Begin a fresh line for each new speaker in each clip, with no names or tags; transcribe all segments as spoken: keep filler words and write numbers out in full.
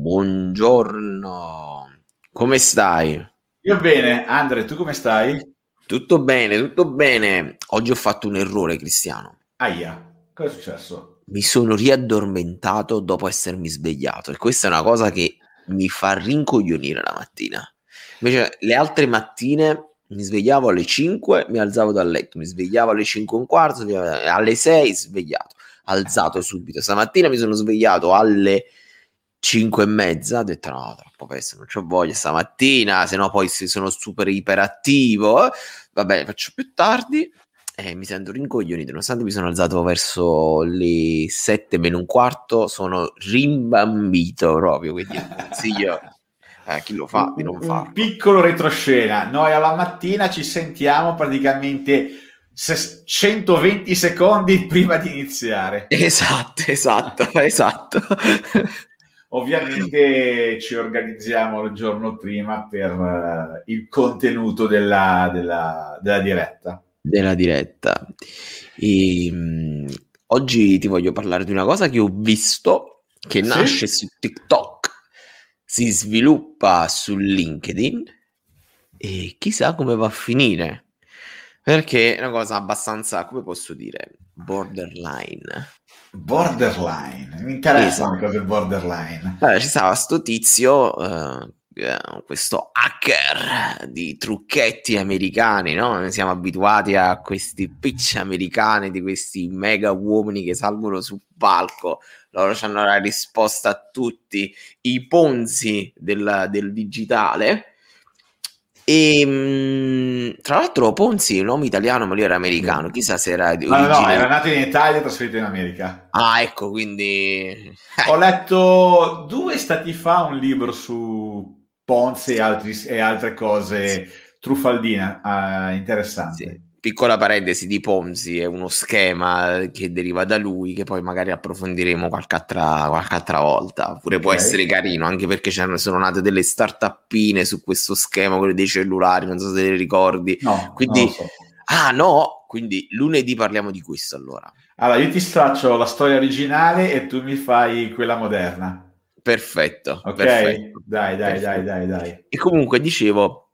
Buongiorno, come stai?
Io bene, Andre, tu come stai?
Tutto bene, tutto bene. Oggi ho fatto un errore, Cristiano.
Aia, cosa è successo?
Mi sono riaddormentato dopo essermi svegliato e questa è una cosa che mi fa rincoglionire la mattina. Invece le altre mattine mi svegliavo alle cinque, mi alzavo dal letto, mi svegliavo alle cinque e un quarto, alle sei svegliato, alzato subito. Stamattina mi sono svegliato alle cinque e mezza, ho detto no, troppo presto, non c'ho voglia stamattina, se no poi sono super iperattivo. Vabbè, faccio più tardi e mi sento rincoglionito, nonostante mi sono alzato verso le sette meno un quarto, sono rimbambito proprio, quindi consiglio a chi lo fa
Un,
di
un-
non
un
farlo.
piccolo retroscena. Noi alla mattina ci sentiamo praticamente se- centoventi secondi prima di iniziare.
Esatto, esatto, esatto.
Ovviamente ci organizziamo il giorno prima per eh, il contenuto della, della- della diretta.
Della diretta. E, mh, oggi ti voglio parlare di una cosa che ho visto, che nasce
Sì?
su TikTok, si sviluppa su LinkedIn e chissà come va a finire. Perché è una cosa abbastanza, come posso dire, borderline.
Borderline. Mi interessano le
Esatto.
cose borderline.
Allora, ci stava sto tizio, eh, eh, questo hacker di trucchetti americani, no? Noi siamo abituati a questi pitch americani di questi mega uomini che salgono sul palco, loro hanno la risposta a tutti i ponzi del, del digitale. E mh, tra l'altro Ponzi è un nome italiano, ma lui era
Sì.
americano, chissà se era di
No, no, no,
origine.
era nato in Italia e trasferito in America.
Ah, ecco, quindi
Ho letto due stati fa un libro su Ponzi e, altri- e altre cose truffaldine, eh,
sì.
interessante.
Piccola parentesi, di Ponzi è uno schema che deriva da lui, che poi magari approfondiremo qualche altra, qualche altra volta. Pure
Ok?
può essere carino, anche perché c'erano, sono nate delle start-upine su questo schema, quello dei cellulari, non so se te li ricordi.
No, non lo
Quindi,
so.
ah no, quindi lunedì parliamo di questo allora.
Allora, io ti straccio la storia originale e tu mi fai quella moderna.
Perfetto,
Ok?
perfetto,
Dai, dai, dai,
perfetto.
dai, dai.
E comunque dicevo,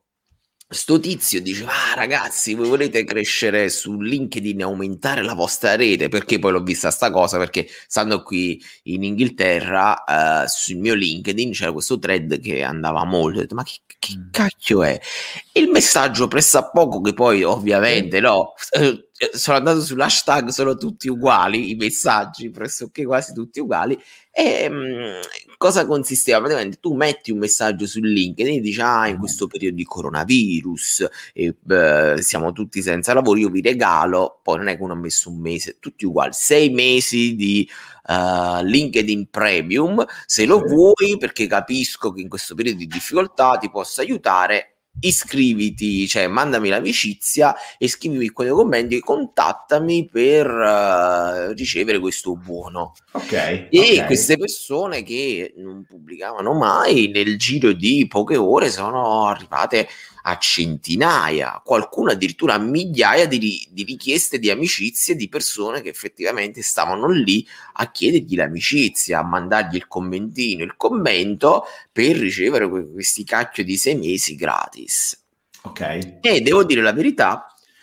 sto tizio diceva, ah ragazzi, voi volete crescere su LinkedIn e aumentare la vostra rete? Perché poi l'ho vista sta cosa, perché stando qui in Inghilterra, eh, sul mio LinkedIn c'era questo thread che andava molto, ho detto, ma che, che
Mm.
cacchio è? Il messaggio pressappoco che poi ovviamente
Sì?
no, eh, sono andato sull'hashtag sono tutti uguali, i messaggi pressoché quasi tutti uguali, e mh, cosa consisteva? Praticamente tu metti un messaggio su LinkedIn e dici ah in questo periodo di coronavirus e, beh, siamo tutti senza lavoro, io vi regalo, poi non è che uno ha messo un mese, tutti uguali, sei mesi di uh, LinkedIn Premium, se lo
Sì?
vuoi perché capisco che in questo periodo di difficoltà ti possa aiutare, iscriviti, cioè mandami l'amicizia e scrivimi con i commenti e contattami per uh, ricevere questo buono.
Ok, ok.
E queste persone che non pubblicavano mai, nel giro di poche ore sono arrivate a centinaia, qualcuno addirittura a migliaia di, ri- di richieste di amicizie di persone che effettivamente stavano lì a chiedergli l'amicizia, a mandargli il commentino, il commento per ricevere que- questi cacchio di sei mesi gratis.
Ok.
E devo dire la verità,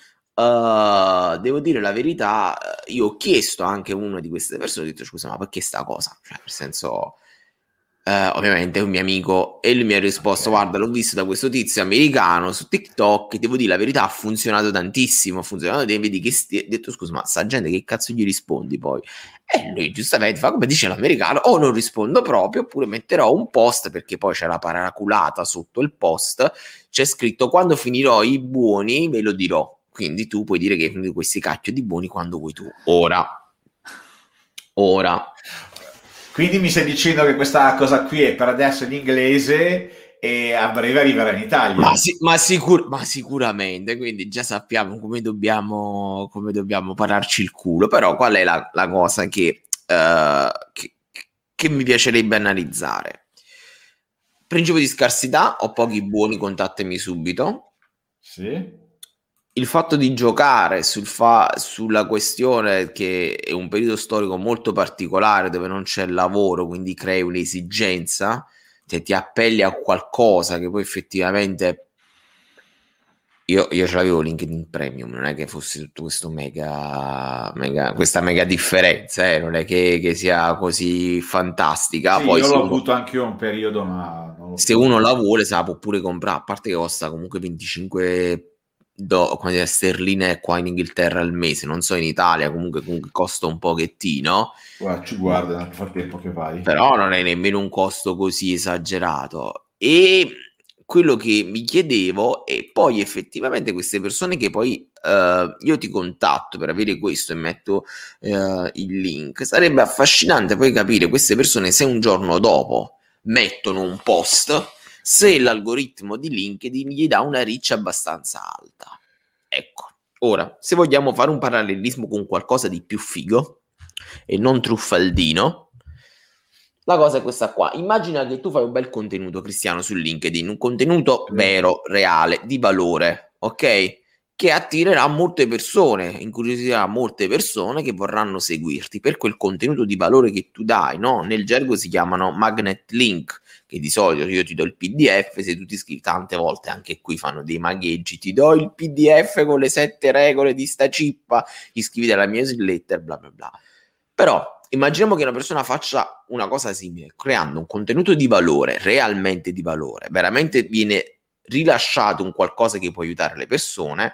uh, devo dire la verità, io ho chiesto anche a una di queste persone, ho detto scusa, ma perché sta cosa? Cioè, nel senso, eh, ovviamente è un mio amico e lui mi ha
Ok.
risposto, guarda, l'ho visto da questo tizio americano su TikTok, devo dire la verità, ha funzionato tantissimo, ha funzionato, e vedi che sti... ho detto scusa, ma sta gente che cazzo gli rispondi poi? E lui giustamente fa come dice l'americano, o non rispondo proprio, oppure metterò un post, perché poi c'è la paraculata sotto il post, c'è scritto quando finirò i buoni ve lo dirò. Quindi tu puoi dire che hai finito questi cacchio di buoni quando vuoi tu. Ora, ora.
Quindi mi stai dicendo che questa cosa qui è per adesso in inglese e a breve arriverà in
Ma,
Italia.
si- ma, sicur- ma sicuramente, quindi già sappiamo come dobbiamo, come dobbiamo pararci il culo. Però qual è la, la cosa che, eh, che, che mi piacerebbe analizzare? Principio di scarsità, ho pochi buoni, contattami subito.
Sì?
il fatto di giocare sul fa- sulla questione che è un periodo storico molto particolare dove non c'è lavoro, quindi crei un'esigenza, cioè ti appelli a qualcosa che poi effettivamente io, io ce l'avevo LinkedIn Premium, non è che fosse tutto questo mega, mega questa mega differenza, eh, non è che, che sia così fantastica.
Sì,
Poi
io
se
l'ho
uno,
avuto anche io un periodo, ma non lo
se
so.
uno la vuole, se la può pure comprare, a parte che costa comunque venticinque do, quante sterline qua in Inghilterra al mese, non so in Italia, comunque, comunque costa un pochettino,
Guarda, ci guarda nel frattempo che vai.
però non è nemmeno un costo così esagerato. E quello che mi chiedevo è poi effettivamente queste persone che poi eh, io ti contatto per avere questo e metto eh, il link, sarebbe affascinante poi capire queste persone se un giorno dopo mettono un post, se l'algoritmo di LinkedIn gli dà una reach abbastanza alta. Ecco, ora, se vogliamo fare un parallelismo con qualcosa di più figo e non truffaldino, la cosa è questa qua. Immagina che tu fai un bel contenuto, Cristiano, su LinkedIn, un contenuto vero, reale, di valore, ok? Che attirerà molte persone, incuriosirà molte persone che vorranno seguirti per quel contenuto di valore che tu dai, no? Nel gergo si chiamano magnet link, che di solito io ti do il P D F, se tu ti iscrivi tante volte, anche qui fanno dei magheggi, ti do il P D F con le sette regole di sta cippa, iscriviti alla mia newsletter, bla bla bla. Però immaginiamo che una persona faccia una cosa simile, creando un contenuto di valore, realmente di valore, veramente viene rilasciato un qualcosa che può aiutare le persone.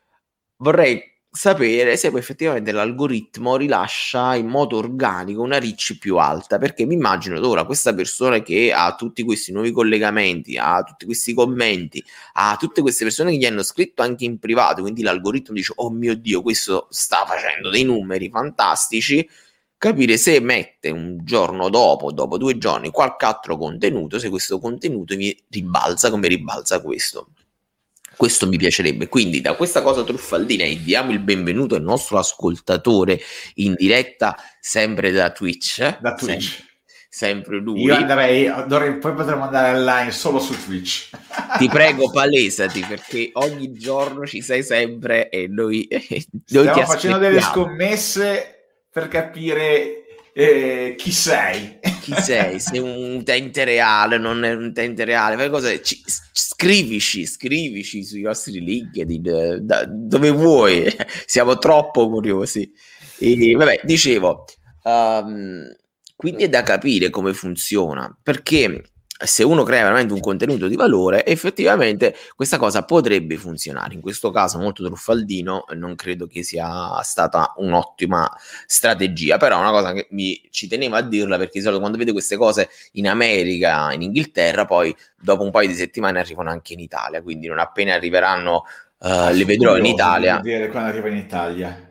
Vorrei sapere se poi effettivamente l'algoritmo rilascia in modo organico una reach più alta, perché mi immagino ora questa persona che ha tutti questi nuovi collegamenti, ha tutti questi commenti, ha tutte queste persone che gli hanno scritto anche in privato, quindi l'algoritmo dice oh mio Dio, questo sta facendo dei numeri fantastici, capire se mette un giorno dopo, dopo due giorni, qualche altro contenuto, se questo contenuto mi ribalza come ribalza questo. Questo mi piacerebbe. Quindi da questa cosa truffaldina e diamo il benvenuto al nostro ascoltatore in diretta sempre da Twitch.
Da Twitch.
Sempre, sempre lui.
Io andrei, dovrei, poi potremmo andare online solo su Twitch.
Ti prego, palesati, perché ogni giorno ci sei sempre e noi, noi
Stiamo
ti
facendo delle scommesse per capire eh, chi sei.
Chi sei? Sei un utente reale, non è un utente reale? Fai cosa? Ci, scrivici, scrivici sui nostri LinkedIn, da, dove vuoi. Siamo troppo curiosi. E vabbè, dicevo, um, quindi è da capire come funziona, perché se uno crea veramente un contenuto di valore, effettivamente questa cosa potrebbe funzionare. In questo caso molto truffaldino, non credo che sia stata un'ottima strategia, però è una cosa che mi ci tenevo a dirla, perché di solito quando vedo queste cose in America, in Inghilterra, poi dopo un paio di settimane arrivano anche in Italia, quindi non appena arriveranno uh, ah, le vedrò in Italia.
Vedere quando arriva in Italia.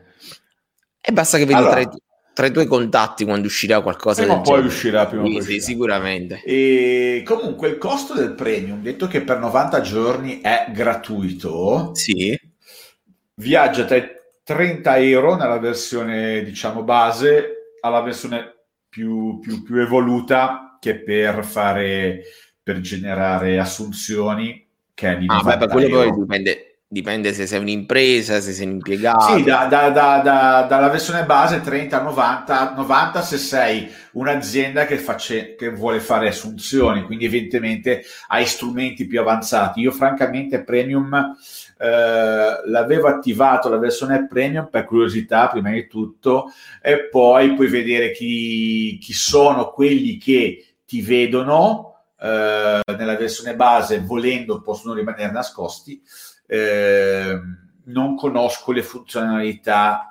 E basta che vedi allora, tra, i, tra i tuoi contatti quando uscirà qualcosa
prima
del
poi
genere.
Uscirà, prima
sì,
poi
sì,
uscirà.
Sicuramente.
E comunque il costo del premium, detto che per novanta giorni è gratuito,
sì.
Viaggia tra trenta euro nella versione diciamo base alla versione più, più, più evoluta, che per fare per generare assunzioni, che è di
ah,
novanta
beh, quello
euro.
poi dipende. Dipende se sei un'impresa, se sei un impiegato.
Sì, da, da, da, da, dalla versione base trenta a novanta, novanta se sei un'azienda che, face, che vuole fare assunzioni, quindi evidentemente hai strumenti più avanzati. Io francamente Premium eh, l'avevo attivato, la versione Premium, per curiosità prima di tutto, e poi puoi vedere chi, chi sono quelli che ti vedono eh, nella versione base, volendo possono rimanere nascosti. Eh, non conosco le funzionalità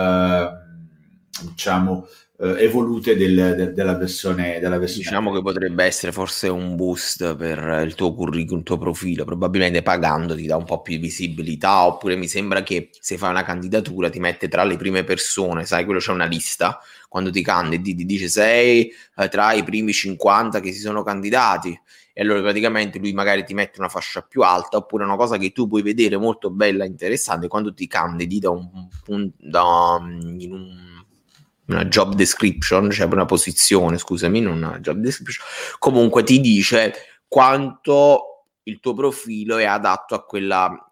eh, diciamo eh, evolute del, de, della versione della versione
diciamo che potrebbe essere forse un boost per il tuo curriculum, il tuo profilo, probabilmente pagando ti dà un po' più di visibilità, oppure mi sembra che se fai una candidatura ti mette tra le prime persone, sai, quello c'è una lista, quando ti candidi ti dice sei eh, tra i primi cinquanta che si sono candidati, e allora praticamente lui magari ti mette una fascia più alta, oppure una cosa che tu puoi vedere molto bella e interessante quando ti candidi da un, un, da, in un, una job description, cioè una posizione, scusami, non una job description, comunque ti dice quanto il tuo profilo è adatto a quella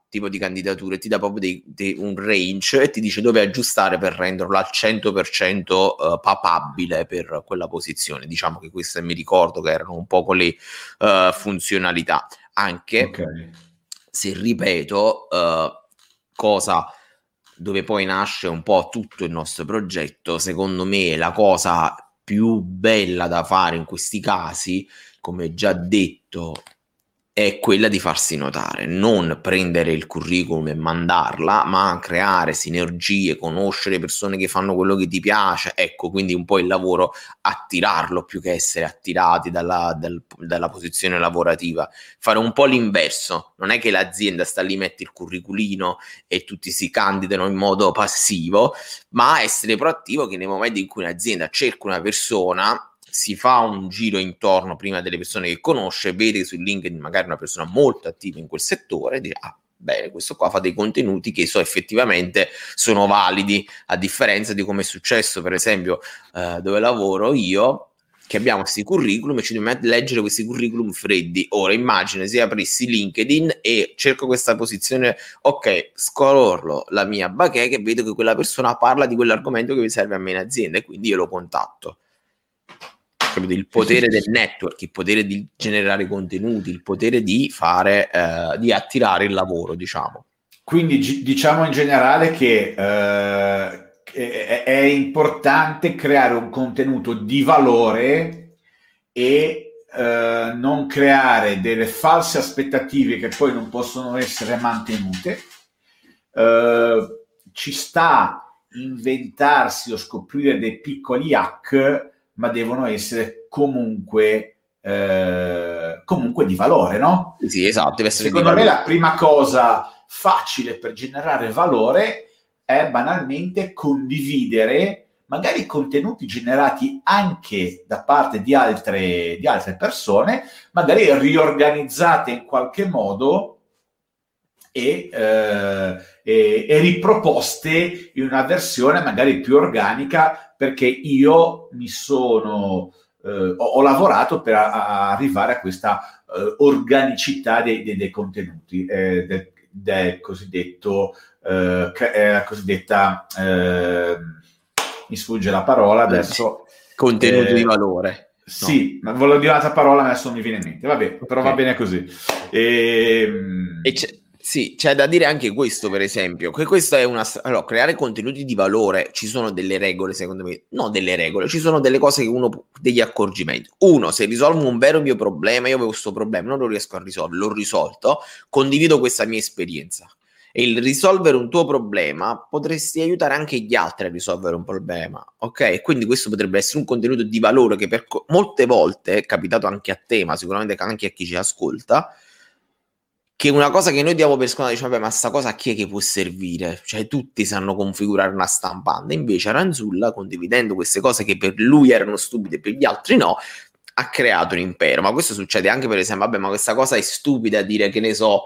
tipo di candidature, ti dà proprio dei, dei, un range e ti dice dove aggiustare per renderlo al cento per cento uh, papabile per quella posizione. Diciamo che queste mi ricordo che erano un po' le uh, funzionalità, anche
okay.
se ripeto, uh, cosa dove poi nasce un po' tutto il nostro progetto, secondo me la cosa più bella da fare in questi casi, come già detto, è quella di farsi notare, non prendere il curriculum e mandarla, ma creare sinergie, conoscere persone che fanno quello che ti piace, ecco, quindi un po' il lavoro, attirarlo più che essere attirati dalla, dal, dalla posizione lavorativa, fare un po' l'inverso, non è che l'azienda sta lì, mette il curriculino e tutti si candidano in modo passivo, ma essere proattivo che nei momenti in cui un'azienda cerca una persona, si fa un giro intorno prima delle persone che conosce, vede su LinkedIn magari una persona molto attiva in quel settore e dice ah bene, questo qua fa dei contenuti che so effettivamente sono validi, a differenza di come è successo per esempio eh, dove lavoro io, che abbiamo questi curriculum e ci dobbiamo leggere questi curriculum freddi. Ora immagina se aprissi LinkedIn e cerco questa posizione, ok, scorro la mia bacheca e vedo che quella persona parla di quell'argomento che mi serve a me in azienda e quindi io lo contatto. Il potere del network, il potere di generare contenuti, il potere di fare, eh, di attirare il lavoro, diciamo.
Quindi gi- diciamo in generale che eh, è, è importante creare un contenuto di valore e eh, non creare delle false aspettative che poi non possono essere mantenute. Eh, ci sta inventarsi o scoprire dei piccoli hack, ma devono essere comunque, eh, comunque di valore, no?
Sì, esatto, deve essere
Secondo
di
me
valore.
la prima cosa facile per generare valore è banalmente condividere magari contenuti generati anche da parte di altre, di altre persone, magari riorganizzate in qualche modo e, eh, e, e riproposte in una versione magari più organica, perché io mi sono eh, ho, ho lavorato per a, a arrivare a questa eh, organicità dei, dei, dei contenuti eh, del, del cosiddetto eh, eh, la cosiddetta eh, mi sfugge la parola adesso,
Contenuto
eh,
di valore.
sì, no. Ma volevo dire un'altra parola, ma adesso non mi viene in mente. Vabbè, okay. Però va bene così. E,
e c'è, sì, c'è da dire anche questo, per esempio, che questa è una... Allora, creare contenuti di valore, ci sono delle regole, secondo me. No, delle regole, ci sono delle cose che uno... degli accorgimenti. Uno, se risolvo un vero mio problema, io avevo questo problema, non lo riesco a risolvere, l'ho risolto, condivido questa mia esperienza. E il risolvere un tuo problema potresti aiutare anche gli altri a risolvere un problema, ok? Quindi questo potrebbe essere un contenuto di valore che per co- molte volte è capitato anche a te, ma sicuramente anche a chi ci ascolta, che una cosa che noi diamo per scontato, diciamo, vabbè, ma sta cosa a chi è che può servire? Cioè tutti sanno configurare una stampante, invece Aranzulla, condividendo queste cose che per lui erano stupide e per gli altri no, ha creato un impero. Ma questo succede anche per esempio, vabbè, ma questa cosa è stupida a dire, che ne so...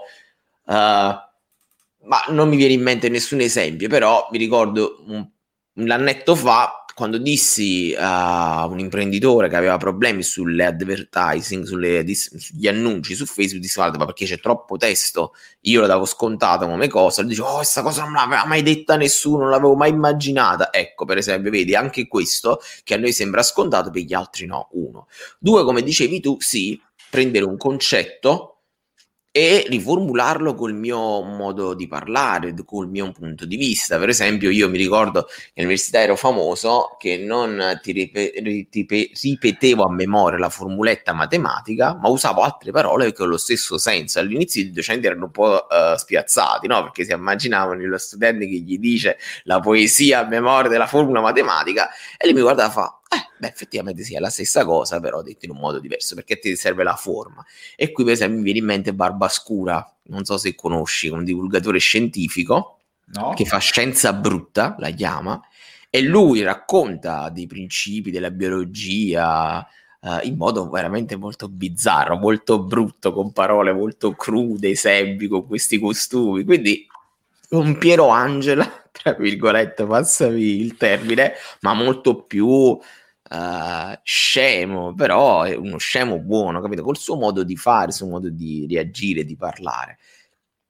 Uh, ma non mi viene in mente nessun esempio, però mi ricordo un, un annetto fa quando dissi a un imprenditore che aveva problemi sulle advertising, sulle, sugli annunci su Facebook, dissi guarda, ma perché c'è troppo testo, io lo davo scontato come cosa, dicevo oh, questa cosa non l'aveva mai detta nessuno, non l'avevo mai immaginata. Ecco, per esempio, vedi, anche questo che a noi sembra scontato, per gli altri no, uno. Due, come dicevi tu, sì, prendere un concetto e riformularlo col mio modo di parlare, col mio punto di vista. Per esempio, io mi ricordo che all'università ero famoso che non ti, rip- ti ripetevo a memoria la formuletta matematica, ma usavo altre parole che hanno lo stesso senso. All'inizio i docenti erano un po' uh, spiazzati, no? Perché si immaginavano lo studente che gli dice la poesia a memoria della formula matematica e lui mi guardava e fa eh, beh, effettivamente sì, è la stessa cosa, però detto in un modo diverso, perché ti serve la forma. E qui per esempio mi viene in mente Barbascura, non so se conosci, un divulgatore scientifico, no? Che fa scienza brutta, la chiama, e lui racconta dei principi della biologia uh, in modo veramente molto bizzarro, molto brutto, con parole molto crude, esempi, con questi costumi. Quindi un Piero Angela, tra virgolette, passami il termine, ma molto più... Uh, scemo, però è uno scemo buono, capito? Col suo modo di fare, il suo modo di reagire, di parlare.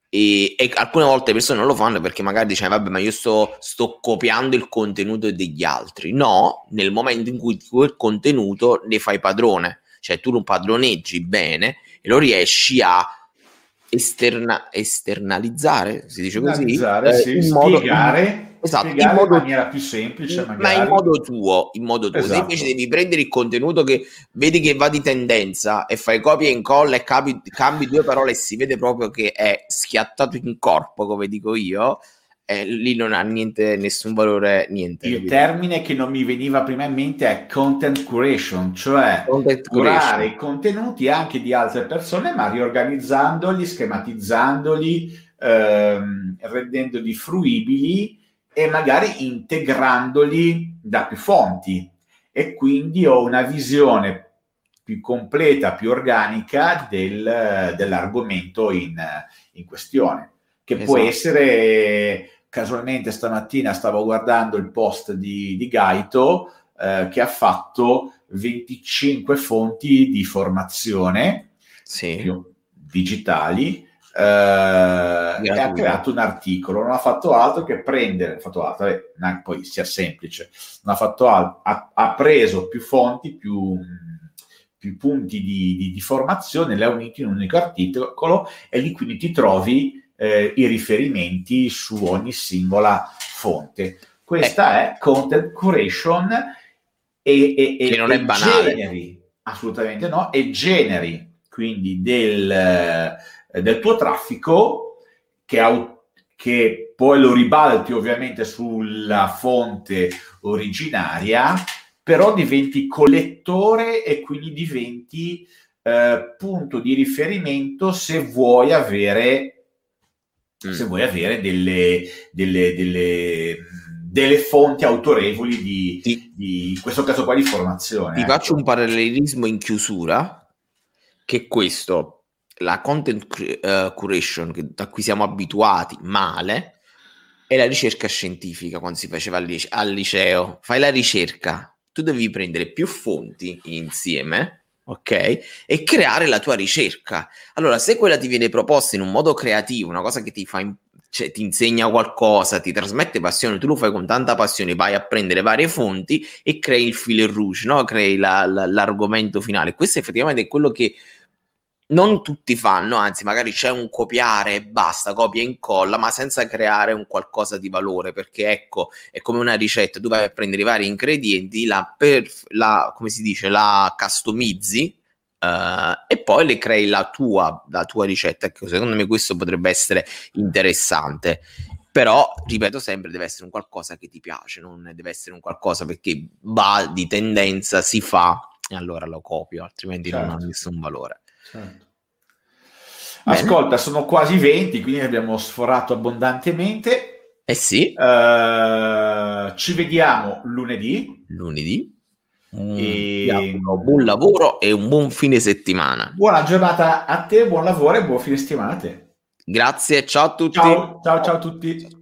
E, e alcune volte le persone non lo fanno perché magari dicono vabbè, ma io sto, sto copiando il contenuto degli altri. No, nel momento in cui quel contenuto ne fai padrone, cioè tu lo padroneggi bene e lo riesci a esterna, esternalizzare, si dice così,
Esternalizzare,
eh,
sì,
in modo,
spiegare,
in, esatto, in
spiegare in
modo,
maniera più semplice,
in- ma
magari.
in modo tuo, in modo tuo. Se
Esatto.
invece devi prendere il contenuto che vedi che va di tendenza e fai copia e incolla e capi, cambi due parole e si vede proprio che è schiattato in corpo, come dico io, eh, lì non ha niente, nessun valore, niente.
Il
capito?
termine che non mi veniva prima in mente è content curation, cioè
Content
curare
creation.
i contenuti anche di altre persone, ma riorganizzandoli, schematizzandoli, ehm, rendendoli fruibili e magari integrandoli da più fonti. E quindi ho una visione più completa, più organica del, dell'argomento in, in questione, che
Esatto.
può essere... Casualmente stamattina stavo guardando il post di, di Gaito eh, che ha fatto venticinque fonti di formazione,
Sì.
più digitali, eh, e ha creato un articolo. Non ha fatto altro che prendere, ha fatto altro, eh, poi sia semplice, non ha fatto altro, ha, ha preso più fonti, più, più punti di, di, di formazione, le ha uniti in un unico articolo e lì quindi ti trovi Eh, i riferimenti su ogni singola fonte. Questa eh. è content curation e, e,
che
e,
non è
e
banale.
generi, assolutamente no, e generi quindi del, eh, del tuo traffico che, che poi lo ribalti ovviamente sulla fonte originaria, però diventi collettore e quindi diventi eh, punto di riferimento se vuoi avere se vuoi avere delle, delle, delle, delle fonti autorevoli di,
ti,
di, in questo caso qua, di formazione.
Ti
ecco.
faccio un parallelismo in chiusura, che questo, la content uh, curation, che, da cui siamo abituati male, è la ricerca scientifica quando si faceva al, lice- al liceo. Fai la ricerca, tu devi prendere più fonti insieme, ok? E creare la tua ricerca. Allora, se quella ti viene proposta in un modo creativo, una cosa che ti fa, in, cioè, ti insegna qualcosa, ti trasmette passione, tu lo fai con tanta passione, vai a prendere varie fonti e crei il fil rouge, no? Crei la, la, l'argomento finale. Questo effettivamente è quello che non tutti fanno, anzi magari c'è un copiare e basta, copia e incolla, ma senza creare un qualcosa di valore, perché ecco, è come una ricetta, tu vai a prendere i vari ingredienti, la, perf- la come si dice, la customizzi uh, e poi le crei la tua, la tua ricetta. Ecco, secondo me questo potrebbe essere interessante. Però, ripeto sempre, deve essere un qualcosa che ti piace, non deve essere un qualcosa perché va di tendenza, si fa, e allora lo copio, altrimenti certo. non ha nessun valore.
Certo. Ascolta, sono quasi venti, quindi abbiamo sforato abbondantemente.
Eh sì.
Uh, ci vediamo lunedì.
Lunedì. Mm,
e...
buon lavoro e un buon fine settimana.
Buona giornata a te, buon lavoro e buon fine settimana a te.
Grazie, ciao a tutti.
Ciao, ciao, ciao a tutti.